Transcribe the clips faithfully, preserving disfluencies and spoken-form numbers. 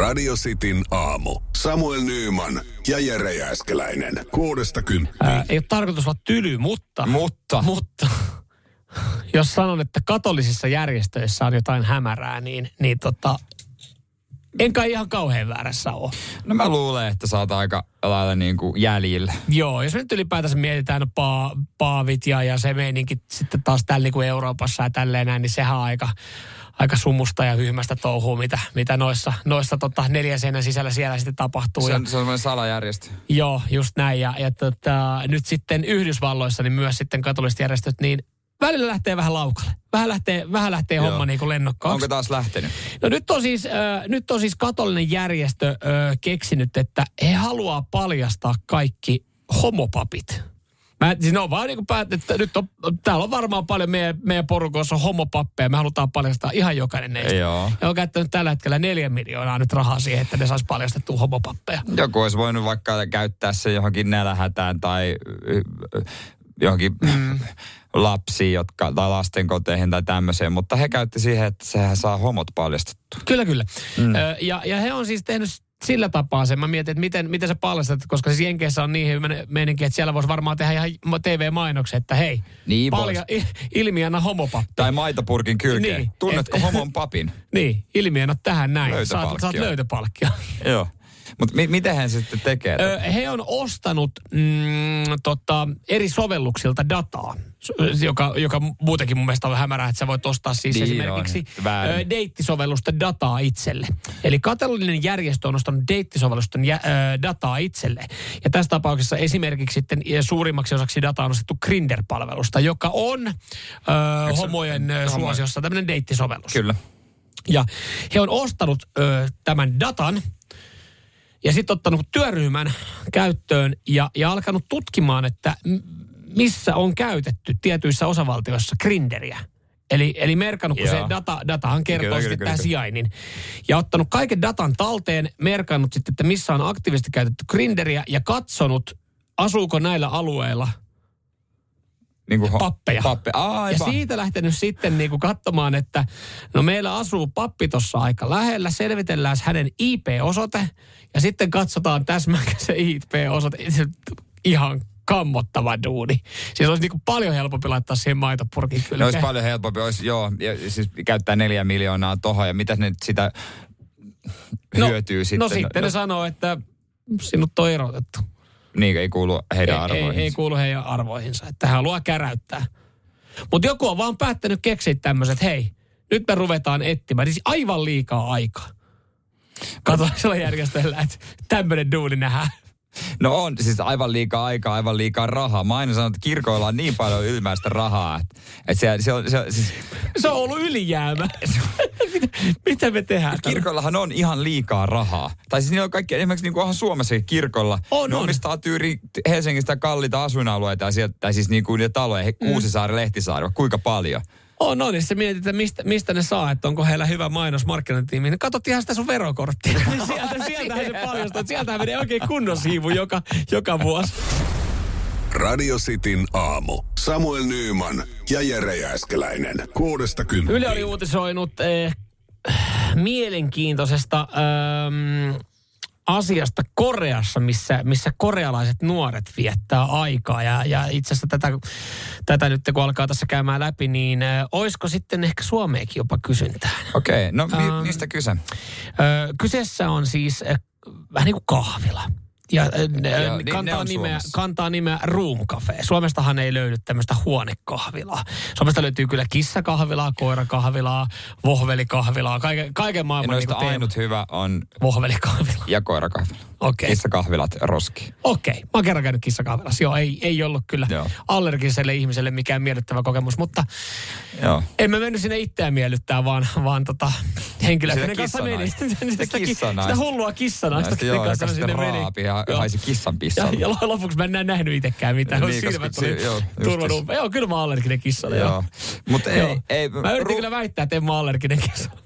Radio Cityn aamu. Samuel Nyyman ja Jere Jääskeläinen. Kuudesta kymppiin. Ää, ei ole tarkoitus olla tyly, mutta... Mutta. Mutta... Jos sanon, että katolisissa järjestöissä on jotain hämärää, niin, niin tota... En kai ihan kauhean väärässä ole. No mä luulen, että sä oot aika lailla niin kuin jäljillä. Joo, jos me nyt ylipäätänsä mietitään paa, paavit ja, ja se meininki sitten taas täällä niin kuin Euroopassa ja tälleen näin, niin sehän on aika, aika sumusta ja hyhmästä touhua, mitä, mitä noissa, noissa tota, neljän seinän sisällä siellä sitten tapahtuu. Se on, se on semmoinen salajärjestö. Joo, just näin. Ja, ja tota, nyt sitten Yhdysvalloissa niin myös sitten katoliset järjestöt, niin välillä lähtee vähän laukalle. Vähän lähtee, vähän lähtee homma niin kuin lennokkaaksi. Onko taas lähtenyt? No nyt on siis, äh, nyt on siis katolinen järjestö äh, keksinyt, että he haluaa paljastaa kaikki homopapit. Mä, siis ne on vaan niin kuin päättänyt, että nyt on, täällä on varmaan paljon meidän, meidän porukossa on homopappeja. Me halutaan paljastaa ihan jokainen neistä. Joo. Ja on käyttänyt tällä hetkellä neljä miljoonaa nyt rahaa siihen, että ne saisi paljastettua homopappeja. Joku olisi voinut vaikka käyttää se johonkin nälähätään tai johonkin... Mm. lapsiin, jotka, tai lastenkoteihin tai tämmöiseen, mutta he käytti siihen, että sehän saa homot paljastettua. Kyllä, kyllä. Mm. Ö, ja, ja he on siis tehnyt sillä tapaa sen. Mä mietin, että miten, miten sä paljastat, koska siis Jenkeissä on niin hyvä meininki, että siellä voisi varmaan tehdä ihan T V-mainoksia, että hei, niin palja, ilmiönä homopappi. Tai maitopurkin kylkeen. Niin, Tunnetko et, homon papin? Niin, ilmiönä tähän näin. Löytöpalkkio. Saat, saat löytöpalkkia. Joo. Mutta mi- miten he sitten tekee? Ö, he on ostanut mm, tota, eri sovelluksilta dataa, joka, joka muutenkin mun mielestä on hämärää, että sä voit ostaa siis niin esimerkiksi ö, deittisovellusta dataa itselle. Eli katolinen järjestö on ostanut deittisovellusten jä, ö, dataa itselle. Ja tässä tapauksessa esimerkiksi sitten suurimmaksi osaksi dataa on ostettu Grindr-palvelusta, joka on ö, homojen ö, suosiossa tämmöinen deittisovellus. Kyllä. Ja he on ostanut ö, tämän datan. Ja sitten ottanut työryhmän käyttöön ja, ja alkanut tutkimaan, että missä on käytetty tietyissä osavaltioissa Grinderiä. Eli, eli merkannut, kun Joo. se data, datahan kertoo kyllä, sitten tämän sijainnin. Ja ottanut kaiken datan talteen, merkannut sitten, että missä on aktiivisesti käytetty Grinderiä ja katsonut, asuuko näillä alueilla niin kuin pappeja. Pappe. Ja siitä lähtenyt sitten niin kuin katsomaan, että no meillä asuu pappi tuossa aika lähellä, selvitellään hänen I P-osoite ja sitten katsotaan täsmääkö se I P-osoite. Ihan kammottava duuni. Siis olisi niin kuin paljon helpompi laittaa siihen maitopurkin kylkeen. No olisi paljon helpompi, olisi joo, ja siis käyttää neljä miljoonaa tohon ja mitä ne sitä hyötyy no, sitten? No sitten no, ne sanoo, että sinut on erotettu. Niin, ei kuulu heidän ei, arvoihinsa. Ei, ei kuulu heidän arvoihinsa, että hän haluaa käräyttää. Mutta joku on vaan päättänyt keksiä tämmöiset, hei, nyt me ruvetaan etsimään. Siis aivan liikaa aikaa. Katolaisella järjestöllä, että tämmöinen duuni nähdään. No on, siis aivan liikaa aikaa, aivan liikaa rahaa. Mä aina sanon, että kirkoilla on niin paljon ylimääräistä rahaa, että, että se, se, on, se, siis... se on ollut ylijäämä. mitä, mitä me tehdään? Kirkoillahan on ihan liikaa rahaa. Tai siis niillä on kaikki, esimerkiksi niin kuin onhan Suomessakin kirkolla. On, ne on. omistaa tyyri Helsingistä kalliita asuinalueita ja sieltä, tai siis niin kuin niitä taloja, Kuusisaari, Lehtisaari, kuinka paljon. On, on. Ja sä mietit, että mistä, mistä ne saa, että onko heillä hyvä mainos markkinointitiimi. Niin katsot ihan sitä sun verokorttia. sieltä, sieltähän se paljastaa. Sieltähän menee oikein kunnon siivu joka, joka vuosi. Radio Cityn aamu. Samuel Nyyman ja Jere Jääskeläinen. Kuudesta kymppiin. Yle oli uutisoinut eh, mielenkiintoisesta ähm, asiasta Koreassa, missä, missä korealaiset nuoret viettää aikaa. Ja, ja itse asiassa tätä, tätä nyt kun alkaa tässä käymään läpi, niin äh, olisiko sitten ehkä Suomeenkin jopa kysyntään? Okei, okay, no mi- ähm, mistä kyse? Äh, kyseessä on siis äh, vähän niin kuin kahvila. Ja, ja äh, niin, kantaa, nimeä, kantaa nimeä Room Cafe. Suomestahan ei löydy tämmöistä huonekahvilaa. Suomesta löytyy kyllä kissakahvilaa, koirakahvilaa, vohvelikahvilaa, kaiken, kaiken maailman noista niin ainut hyvä on vohvelikahvila. Ja koirakahvila. Okei. Okay. Kissakahvilat roski. Okei. Okay. Mä oon kerran käynyt kissakahvilassa. Joo, ei, ei ollut kyllä Joo. allergiselle ihmiselle mikään miellyttävä kokemus, mutta Joo. en mä mennyt sinne itseään miellyttää, vaan, vaan tota, henkilöä, kenen kanssa meni. Sitä, sitä, sitä hullua kissanaista, kenen joo, kanssa sinne meni. Raapi ja haisi kissan pissalle. Ja, ja lopuksi mä en näe nähnyt itsekään mitään. Niin, silmät koska, oli joo, turvanut. Joo, kyllä mä oon allerginen kissalle. Joo. joo. Mut ei, joo. ei, mä yritin ru- kyllä väittää, että en mä allerginen kissalle.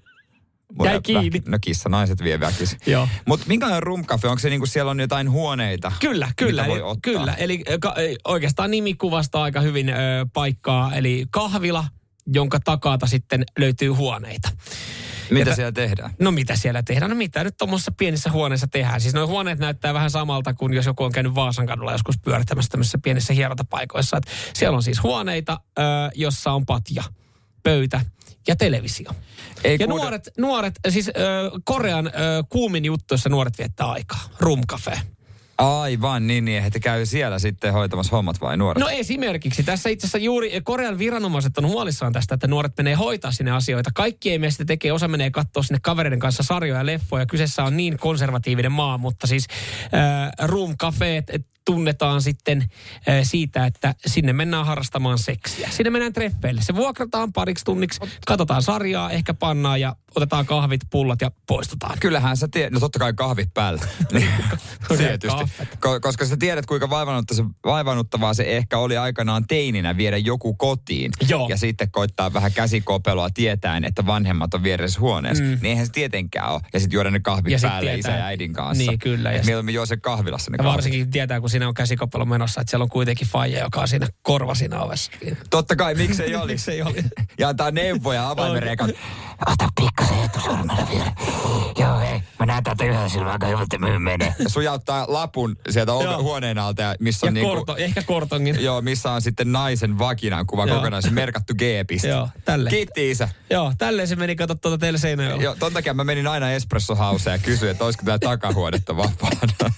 Jäi Jäi kiinni. No kissa, naiset vie väkisin. Joo. Mutta minkälainen Room Cafe? Onko se niinku siellä on jotain huoneita? Kyllä, kyllä. Voi Eli, ottaa? kyllä. Eli ka, oikeastaan nimi kuvastaa aika hyvin ö, paikkaa. Eli kahvila, jonka takaata sitten löytyy huoneita. Mitä t- siellä tehdään? No mitä siellä tehdään? No mitä nyt tuommoisessa pienissä huoneissa tehdään? Siis nuo huoneet näyttää vähän samalta kuin jos joku on käynyt Vaasan kadulla joskus pyörittämässä tämmöisissä pienissä hierontapaikoissa. Et siellä on siis huoneita, ö, jossa on patja, pöytä ja televisio. Ei ja kuude... nuoret, nuoret, siis ö, Korean ö, kuumin juttu, jossa nuoret viettää aikaa. Room cafe. Aivan, niin, niin. He käy siellä sitten hoitamassa hommat vai nuoret? No esimerkiksi. Tässä itse asiassa juuri Korean viranomaiset on huolissaan tästä, että nuoret menee hoitaa sinne asioita. Kaikki ei mene sitä tekee, osa menee katsoa sinne kavereiden kanssa sarjoja ja leffoja. Kyseessä on niin konservatiivinen maa, mutta siis äh, room cafeet tunnetaan sitten äh, siitä, että sinne mennään harrastamaan seksiä. Sinne mennään treffeille. Se vuokrataan pariksi tunniksi, katsotaan sarjaa, ehkä pannaan ja otetaan kahvit, pullat ja poistutaan. Kyllähän sä tiedät, no totta kai kahvit päällä. Tietysti. Ko- koska sä tiedät, kuinka vaivannuttavaa se ehkä oli aikanaan teininä viedä joku kotiin. Joo. Ja sitten koittaa vähän käsikopeloa tietäen, että vanhemmat on vieressä huoneessa. Mm. Niin eihän se tietenkään ole. Ja sitten juoda ne kahvit ja päälle isä ja äidin kanssa. Niin, kyllä. Ja mieluummin juo sen kahvilassa ne ja kahvit. varsinkin tietää, kun siinä on käsikopelo menossa, että siellä on kuitenkin faija, joka on siinä korva siinä ovessa. Totta kai, miksei olisi. miksei olisi. Ja antaa neuvoja avaimereekan. Ota pikkasen etusormella vielä. Joo, hei. Mä näen täältä yhdellä silmällä, aika hyvältä myyn menee. Sujauttaa lapun sieltä ove- huoneen alta, ja missä on ja niinku... korto, ehkä kortongin. Joo, missä on sitten naisen vakinan kuva kokonaan, se merkattu G-piste. Joo, tälle. Kiitti isä. Joo, tälleen se meni, kato tuota teille Seinäjoella. Joo, ton takia mä menin aina Espresso Houseen ja kysyin, että olisiko tää takahuonetta vapaana.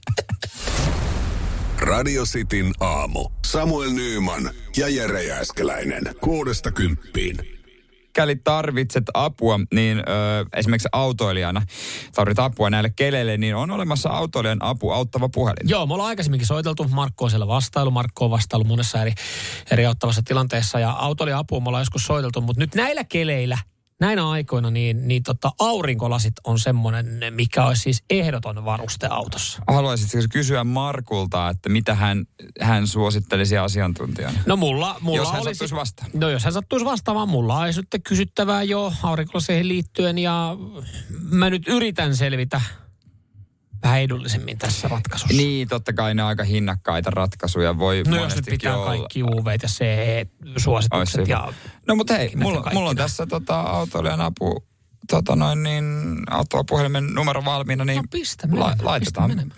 Radio Cityn aamu. Samuel Nyyman ja Jere Jääskeläinen. Kuudesta kymppiin. Mikäli tarvitset apua, niin ö, esimerkiksi autoilijana tarvitset apua näille keleille, niin on olemassa autoilijan apu auttava puhelin. Joo, me ollaan aikaisemminkin soiteltu. Markko on siellä vastailu. Markko on vastailu monessa eri, eri auttavassa tilanteessa. Ja autoilijan apua me ollaan joskus soiteltu. Mutta nyt näillä keleillä, näinä aikoina, niin, niin tota, aurinkolasit on semmoinen, mikä olisi siis ehdoton varuste autossa. Haluaisitko kysyä Markulta, että mitä hän, hän suosittelisi asiantuntijana? No mulla, mulla jos hän olisi, sattuisi vastaan. No jos hän sattuisi vastaamaan, mulla olisi nyt kysyttävää jo aurinkolaseihin liittyen ja mä nyt yritän selvitä vähän edullisemmin tässä ratkaisussa. Niin, totta kai ne on aika hinnakkaita ratkaisuja. Voi no jos nyt pitää olla. Kaikki U V:t ja C E-suositukset. Ja no mutta hei, mulla, mulla on tässä tota, autoilijan apu, tota noin niin, autopuhelimen numero valmiina, niin no pistä menemään, la, laitetaan. Pistä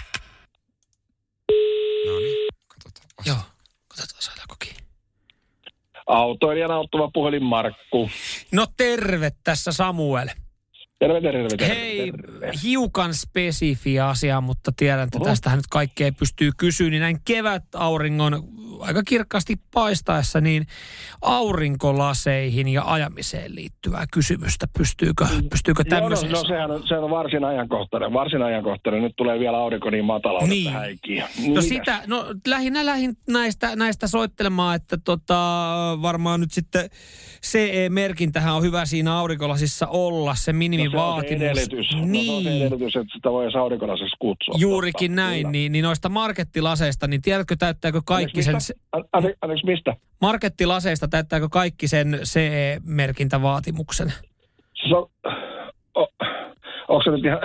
no niin, katsotaan. Joo, katsotaan saadaanko kiinni. Autoilijan auttava puhelin Markku. No terve tässä Samuel. Terve, terve, terve. Hei, terve. hiukan spesifiä asia, mutta tiedän, että tästähän nyt kaikkea pystyy kysyä. Niin näin kevät auringon aika kirkkaasti paistaessa, niin aurinkolaseihin ja ajamiseen liittyvää kysymystä. Pystyykö, pystyykö tämmöiseen? No, no, no sehän on, se on varsin ajankohtainen. Varsin ajankohtainen. Nyt tulee vielä aurinko niin matala, niin. että häikiä. Niin no mitäs? sitä, no lähinnä lähin näistä, näistä soittelemaan, että tota, varmaan nyt sitten C E-merkintähän on hyvä siinä aurinkolasissa olla, se minimivaatimus. No se on se edellytys. Niin. No se on se edellytys, että sitä voi aurinkolasissa kutsua. Juurikin totta, näin, niin, niin noista markettilaseista, niin tiedätkö täyttääkö kaikki sen... Anteeksi, anteeksi, mistä? Markettilaseista täyttääkö kaikki sen C E-merkintävaatimuksen? Se on... O, onko se nyt ihan...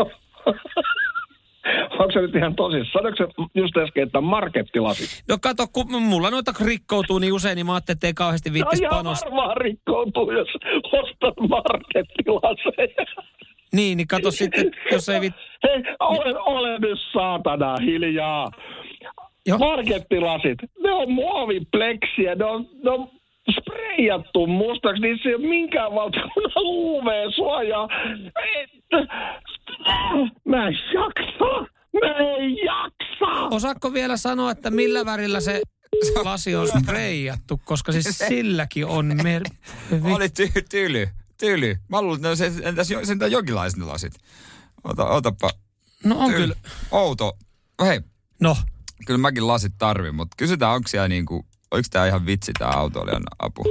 Onko se nyt ihan tosissaan? Sanoitko se just äsken, että markettilasit? No kato, kun mulla noita rikkoutuu niin usein, niin mä ajattelin, että ei kauheasti viittis no, panostaa. No varmaan rikkoutuu, jos ostat markettilaseja. Niin, niin kato sitten, jos ei vit... Hei, ole, ole nyt saatana hiljaa. Jo. Markettilasit, ne on muovipleksiä, ne on, ne on spreijattu mustaksi, niissä ei ole minkään valtakunnan U V-suojaa. Mä en jaksa, mä en jaksa. Osaatko vielä sanoa, että millä värillä se lasi on spreijattu, koska siis silläkin on... Mer... Oli ty- tyly, tyly. Mä luulen, että no se, entäs jo, sentään jonkinlaiset ne lasit. Ota, otapa. No on tyly. kyllä. Outo. Hei. No. Kyllä mäkin lasit tarvin, mutta kysytään, onko siellä niinku, oliko tää ihan vitsi tää autoilijan apu?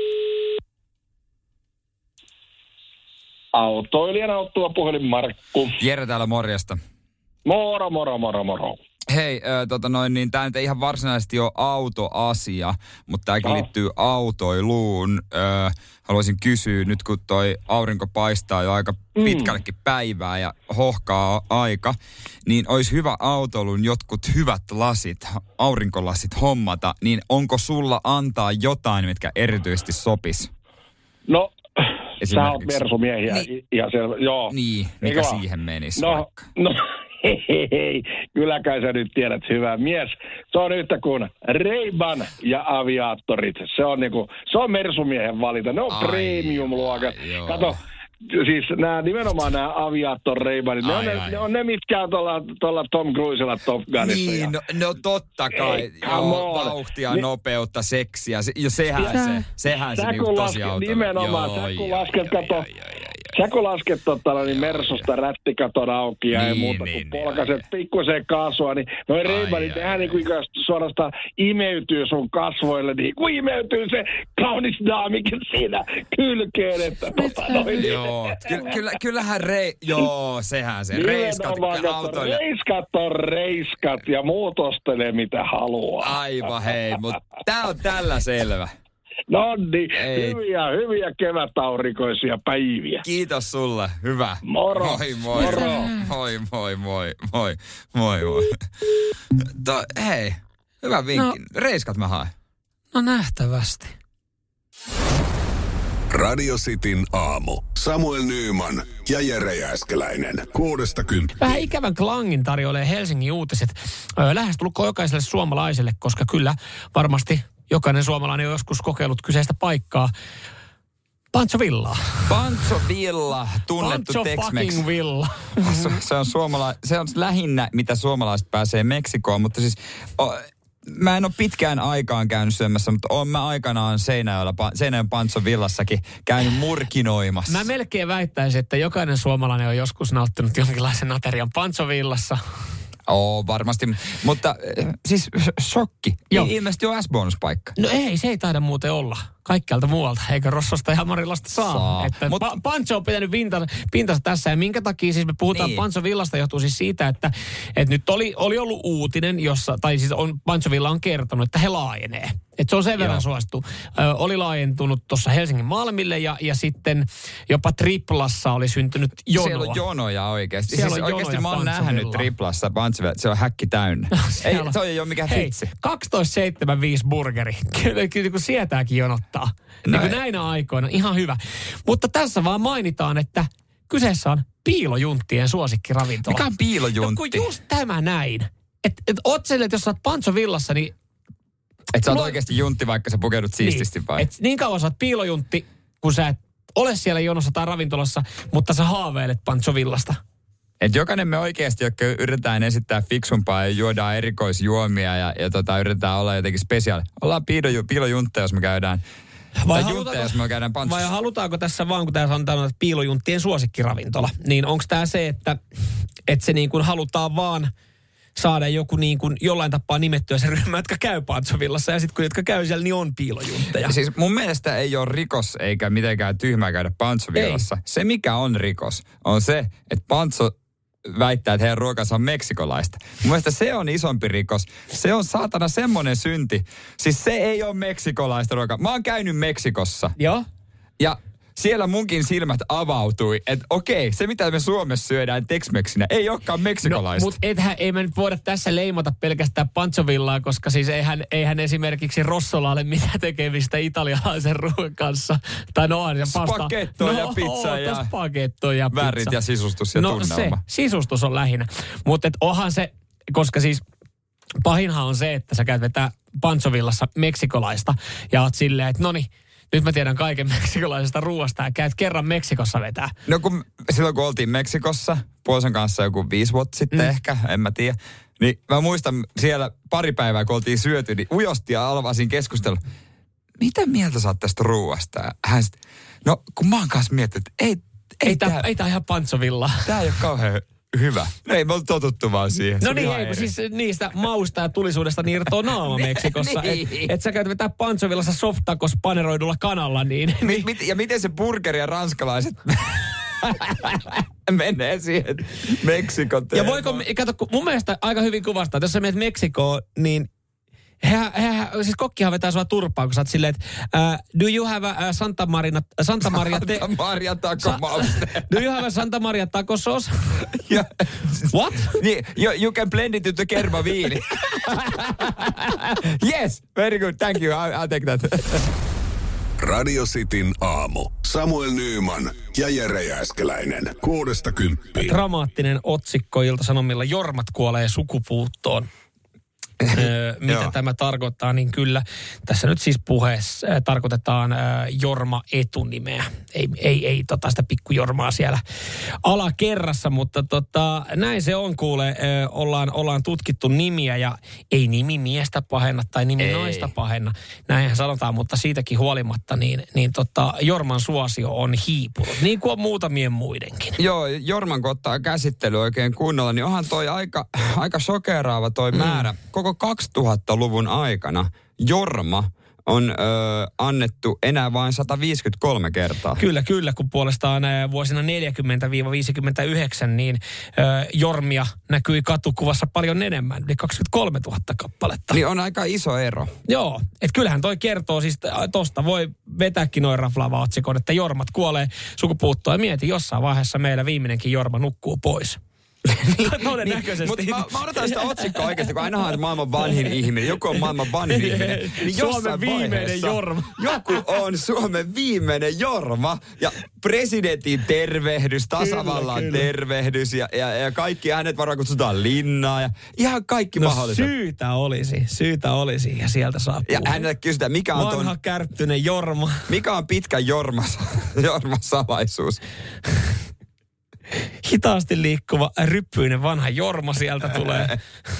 Autoilijan auttava puhelin Markku. Jere täällä morjesta. Moro, moro, moro, moro. Hei, äh, tota noin, niin tää nyt ei ihan varsinaisesti ole autoasia, mutta tääkin no. liittyy autoiluun. Äh, haluaisin kysyä, nyt kun toi aurinko paistaa jo aika pitkällekin päivää ja hohkaa aika, niin olisi hyvä autoilun jotkut hyvät lasit, aurinkolasit hommata, niin onko sulla antaa jotain, mitkä erityisesti sopis? No, Sä oot mersumiehiä. Niin. Ihan selvä. Joo. Niin, mikä Eikö siihen menisi no, vaikka? No, hei, hei, hei. Kylläkään sä nyt tiedät, hyvä mies. Se on yhtä kuin Ray-Ban ja aviaattorit. Se on niinku, se on mersumiehen valinta. Ne on Ai, premium-luokat. joo. Kato, siis nämä, nimenomaan nämä aviaattor Ray-Banit, ne, on ne, ne on ne, mitkä on tuolla, tuolla Tom Cruisella Top Gunissa. Niin, no, no totta kai. Ei, Joo, vauhtia, niin, nopeutta, seksiä. Se, jo sehän sä, se, sehän sä se niinku tosi autolla. Nimenomaan, joo, sä kun joo, lasket, joo, kato, joo, joo, joo, sä kun lasket totta, niin Mersusta rättikaton auki ja niin, ei muuta niin, kuin polkaset pikkusen kaasua, niin noin Ray-Banit, nehän niin kuin suorastaan imeytyy sun kasvoille, niin kuin imeytyy se kaunis daamikin siinä kylkeen, että tota noin. Joo, ky- kyllä, kyllähän rei... Joo, sehän se. Reiskat autoille. Reiskat on reiskat ja muut ostelee mitä haluaa. Aivan hei, mutta tää on tällä selvä. No niin, hyviä, hyviä kevätaurikoisia päiviä. Kiitos sulle, hyvä. Moro. Moi moi. Moro. Moi moi moi moi moi moi. To, hei, hyvä vinkki. No, reiskat mä haen. No nähtävästi. Radio Cityn aamu. Samuel Nyyman ja Jere Jääskeläinen. Kuudesta kymppiin. Vähän ikävän klangin tarjoilee Helsingin uutiset. Öö, lähestulkoon jokaiselle suomalaiselle, koska kyllä varmasti jokainen suomalainen on joskus kokeillut kyseistä paikkaa. Pancho Villaa. Pancho Villa, tunnettu Pancho Tex-Mex. fucking Villa. Se, se, on suomala- se on lähinnä, mitä suomalaiset pääsee Meksikoon, mutta siis... O, mä en ole pitkään aikaan käynyt syömässä, mutta oon mä aikanaan Seinäjoella, Seinäjoen Pancho Villassakin käynyt murkinoimassa. Mä melkein väittäisin, että jokainen suomalainen on joskus nauttinut jonkinlaisen aterian Pancho Villassa. Oo, varmasti. Mutta siis shokki. Joo. Ilmeisesti on S-bonuspaikka. No ei, se ei taida muuten olla. Kaikkialta muualta, eikä Rossosta ja Marilasta saa. saa. Että Mut, pa- Pancho on pitänyt pintansa, pintansa tässä. Ja minkä takia siis me puhutaan niin. Pancho Villasta johtuu siis siitä, että, että nyt oli, oli ollut uutinen, jossa, tai siis on, Pancho Villa on kertonut, että he laajenee. Että se on sen verran suosittu. Ö, oli laajentunut tuossa Helsingin Malmille ja, ja sitten jopa Triplassa oli syntynyt jonoa. Siellä on jonoja oikeasti. Siellä siis on oikeasti jonoja mä oon nähnyt Triplassa Pancho Villa, se on häkki täynnä. ei, se ei ole mikään hei, vitsi. kaksitoista seitsemänkymmentäviisi burgeri. Kyllä, kyllä kun sietääkin jonottaa. No niin kuin näinä aikoina. Ihan hyvä. Mutta tässä vaan mainitaan, että kyseessä on piilojunttien suosikkiravintola. Mikä on piilojuntti? No kun just tämä näin. Että et oot sille, että jos sä oot Pancho Villassa, niin... Että sä oot oikeasti juntti, vaikka sä pukeudut siististi niin, vai? Et niin kauan sä oot piilojuntti, kun sä et ole siellä jonossa tai ravintolassa, mutta sä haaveilet Pancho Villasta. Että jokainen me oikeasti, jotka yritetään esittää fiksumpaa ja juodaan erikoisjuomia ja, ja tota, yritetään olla jotenkin spesiaali. Ollaan piilojuntteja, jos me käydään... Vai, juntteja, jos me käydään Panchossa. Vai halutaanko tässä vaan, kun tässä sanotaan, että piilojunttien suosikkiravintola, niin onko tämä se, että, että se niin kuin halutaan vaan saada joku niin kuin jollain tapaa nimettyä se ryhmä, jotka käy Pancho Villassa ja sitten kun jotka käy siellä, niin on piilojuntteja. Siis mun mielestä ei ole rikos eikä mitenkään tyhmää käydä Pancho Villassa. Ei. Se mikä on rikos on se, että Pancho väittää, että heidän ruokansa on meksikolaista. Mun mielestä se on isompi rikos. Se on saatana semmoinen synti. Siis se ei ole meksikolaista ruokaa. Mä oon käynyt Meksikossa. Joo. Ja siellä munkin silmät avautui, että okei, se mitä me Suomessa syödään Tex-Mexinä ei olekaan meksikolaista. No, mutta ethän, ei me nyt voida tässä leimata pelkästään Pancho Villaa, koska siis eihän, eihän esimerkiksi Rossolla ole mitään tekemistä italialaisen ruoan kanssa. Tai no on ja pasta. Spagetto no, ja pizza ja, spagetto ja pizza. Värit ja sisustus ja no, tunnelma. Se, sisustus on lähinnä. Mutta onhan se, koska siis pahinhan on se, että sä käyt vetää Pancho Villassa meksikolaista ja oot silleen, että noni, nyt mä tiedän kaiken meksikolaisesta ruoasta ja käyt kerran Meksikossa vetää. No kun silloin kun oltiin Meksikossa, puolison kanssa joku viisi vuotta sitten mm. ehkä, en mä tiedä. Niin mä muistan siellä pari päivää kun oltiin syöty, niin ujosti ja alvasin keskustelu. Mitä mieltä sä oot tästä ruoasta? Ja hän sit, no kun mä oon kanssa miettinyt, että ei, ei, ei tää, tää, ei tää ihan Pancho Villa. Tää ei ole kauhean hyvä. Ei me ole totuttu vaan siihen. No niin, ei, siis niistä mausta ja tulisuudesta niin irtoaa naama Meksikossa. niin. Että et sä käyt vetää Pancho Villassa softakos paneroidulla kanalla, niin... Mi- mit, ja miten se burgeri ja ranskalaiset menee siihen Meksikon teemaan? Ja voiko, kato, mun mielestä aika hyvin kuvastaa, että jos sä menet Meksikoon, niin... He, he, siis kokkihan vetää sua turpaan, kun sä oot silleen, että uh, do you have a Santa Maria... Santa Maria, te, Santa Maria taco mauste. Do you have a Santa Maria taco sauce? Yeah. What? Niin, you, you can blend it into kerma viini. Yes, very good, thank you, I'll, I'll take that. Radio Cityn aamu. Samuel Nyyman ja Jere Jääskeläinen. Kuudesta kymppiin. Dramaattinen otsikko Ilta-Sanomilla. Jormat kuolee sukupuuttoon. öö, mitä tämä tarkoittaa, niin kyllä tässä nyt siis puheessa äh, tarkoitetaan äh, Jorma-etunimeä. Ei, ei, ei tota sitä pikkujormaa siellä alakerrassa, mutta tota, näin se on kuule. Äh, ollaan, ollaan tutkittu nimiä ja ei nimi miestä pahenna tai nimi ei. naista pahenna. Näinhän sanotaan, mutta siitäkin huolimatta niin, niin tota, Jorman suosio on hiipunut, niin kuin on muutamien muidenkin. Joo, Jorman kun ottaa käsittely oikein kunnolla, niin onhan toi aika, aika shokeraava toi mm. määrä. Koko kaksituhattaluvun aikana Jorma on ö, annettu enää vain sata viisikymmentäkolme kertaa. Kyllä, kyllä, kun puolestaan ä, vuosina neljäkymmentä viisikymmentäyhdeksän niin ö, Jormia näkyi katukuvassa paljon enemmän, yli kaksikymmentäkolmetuhatta kappaletta. Niin on aika iso ero. Joo, että kyllähän toi kertoo, siis tosta voi vetääkin noin raflaava otsikon, että Jormat kuolee sukupuuttoon ja mieti, jossain vaiheessa meillä viimeinenkin Jorma nukkuu pois. Todennäköisesti. Niin, mutta mä, mä odotan sitä otsikkoa oikeasti, kun ainahan on maailman vanhin ihminen. Joku on maailman vanhin ihminen. Niin Suomen viimeinen Jorma. Joku on Suomen viimeinen Jorma. Ja presidentin tervehdys, tasavallan kyllä, kyllä. tervehdys. Ja, ja, ja kaikki äänet varmaan kutsutaan linnaa. Ja ihan kaikki no, mahdolliset. Syytä olisi, syytä olisi. Ja sieltä saapuu. Ja hänelle kysytään, mikä on vanha ton, kärptynen Jorma. Mikä on pitkä Jorma, Jorma salaisuus? Hitaasti liikkuva, ryppyinen vanha Jorma sieltä tulee.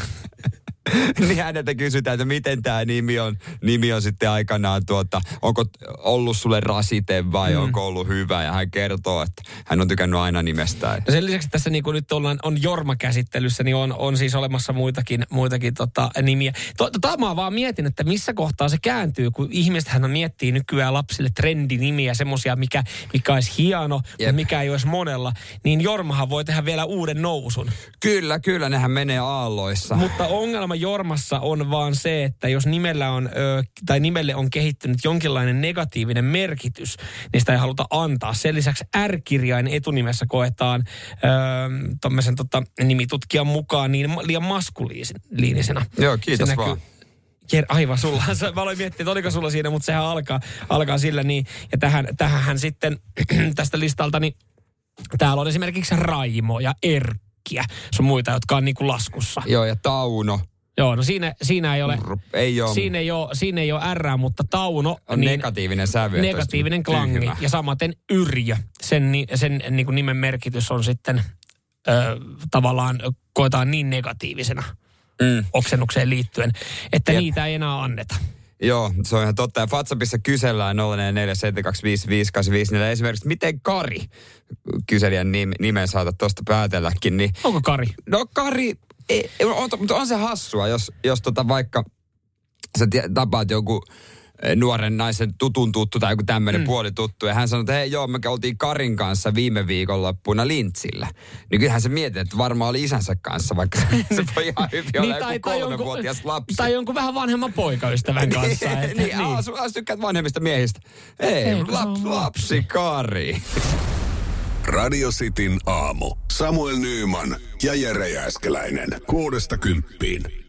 Niin häneltä kysytään, että miten tämä nimi on, nimi on sitten aikanaan, tuota, onko ollut sulle rasite vai mm. onko ollut hyvä. Ja hän kertoo, että hän on tykännyt aina nimestään. Ja sen lisäksi tässä niin kuin nyt ollaan, on Jorma-käsittelyssä, niin on, on siis olemassa muitakin, muitakin tota, nimiä. Tota mä vaan mietin, että missä kohtaa se kääntyy, kun ihmisethän miettii nykyään lapsille trendinimiä, semmoisia, mikä, mikä olisi hieno, mutta mikä ei olisi monella. Niin Jormahan voi tehdä vielä uuden nousun. Kyllä, kyllä, nehän menee aalloissa. Mutta ongelma Jormassa on vaan se, että jos nimellä on, ö, tai nimelle on kehittynyt jonkinlainen negatiivinen merkitys, niin sitä ei haluta antaa. Sen lisäksi R-kirjain etunimessä koetaan tuommoisen tota, nimitutkijan mukaan niin liian maskuliinisena. Joo, kiitos näkyy, vaan. Jer, aivan sulla. Mä aloin miettiä, että oliko sulla siinä, mutta sehän alkaa, alkaa sillä niin. Ja tähän, tähän sitten tästä listalta, niin täällä on esimerkiksi Raimo ja Erkkiä. Se on muita, jotka on niin kuin laskussa. Joo, ja Tauno. Joo, no siinä, siinä ei ole, ei ole. Siinä ei ole, siinä ei ole R, mutta Tauno. On niin negatiivinen sävy. Negatiivinen klangi. Tyhmä. Ja samaten Yrjö. Sen, sen niin kuin nimen merkitys on sitten ö, tavallaan koetaan niin negatiivisena mm. oksennukseen liittyen, että Jep. niitä ei enää anneta. Joo, se on ihan totta. Ja WhatsAppissa kysellään nolla neljä neljä seitsemän kaksi viisi viisi kahdeksan viisi neljä. Esimerkiksi, miten Kari, kyselijän nimen saatat tuosta päätelläkin. Niin, onko Kari? No Kari, ei, on, mutta on se hassua, jos, jos tota vaikka sä tapaat joku nuoren naisen tutun tuttu tai joku tämmöinen mm. puolituttu. Ja hän sanoi, että hei joo, me oltiin Karin kanssa viime viikonloppuna Lintsillä. Niin kyllähän se mietit, että varmaan oli isänsä kanssa, vaikka se voi ihan hyvin olla niin, joku kolmevuotias lapsi. Tai jonkun vähän vanhemman poikaystävän kanssa. niin, että, niin, niin. Sä tykkäät vanhemmista miehistä. Ei, Ei laps, lapsi Kari. Radio Cityn aamu. Samuel Nyyman ja Jere Jääskeläinen. Kuudesta kymppiin.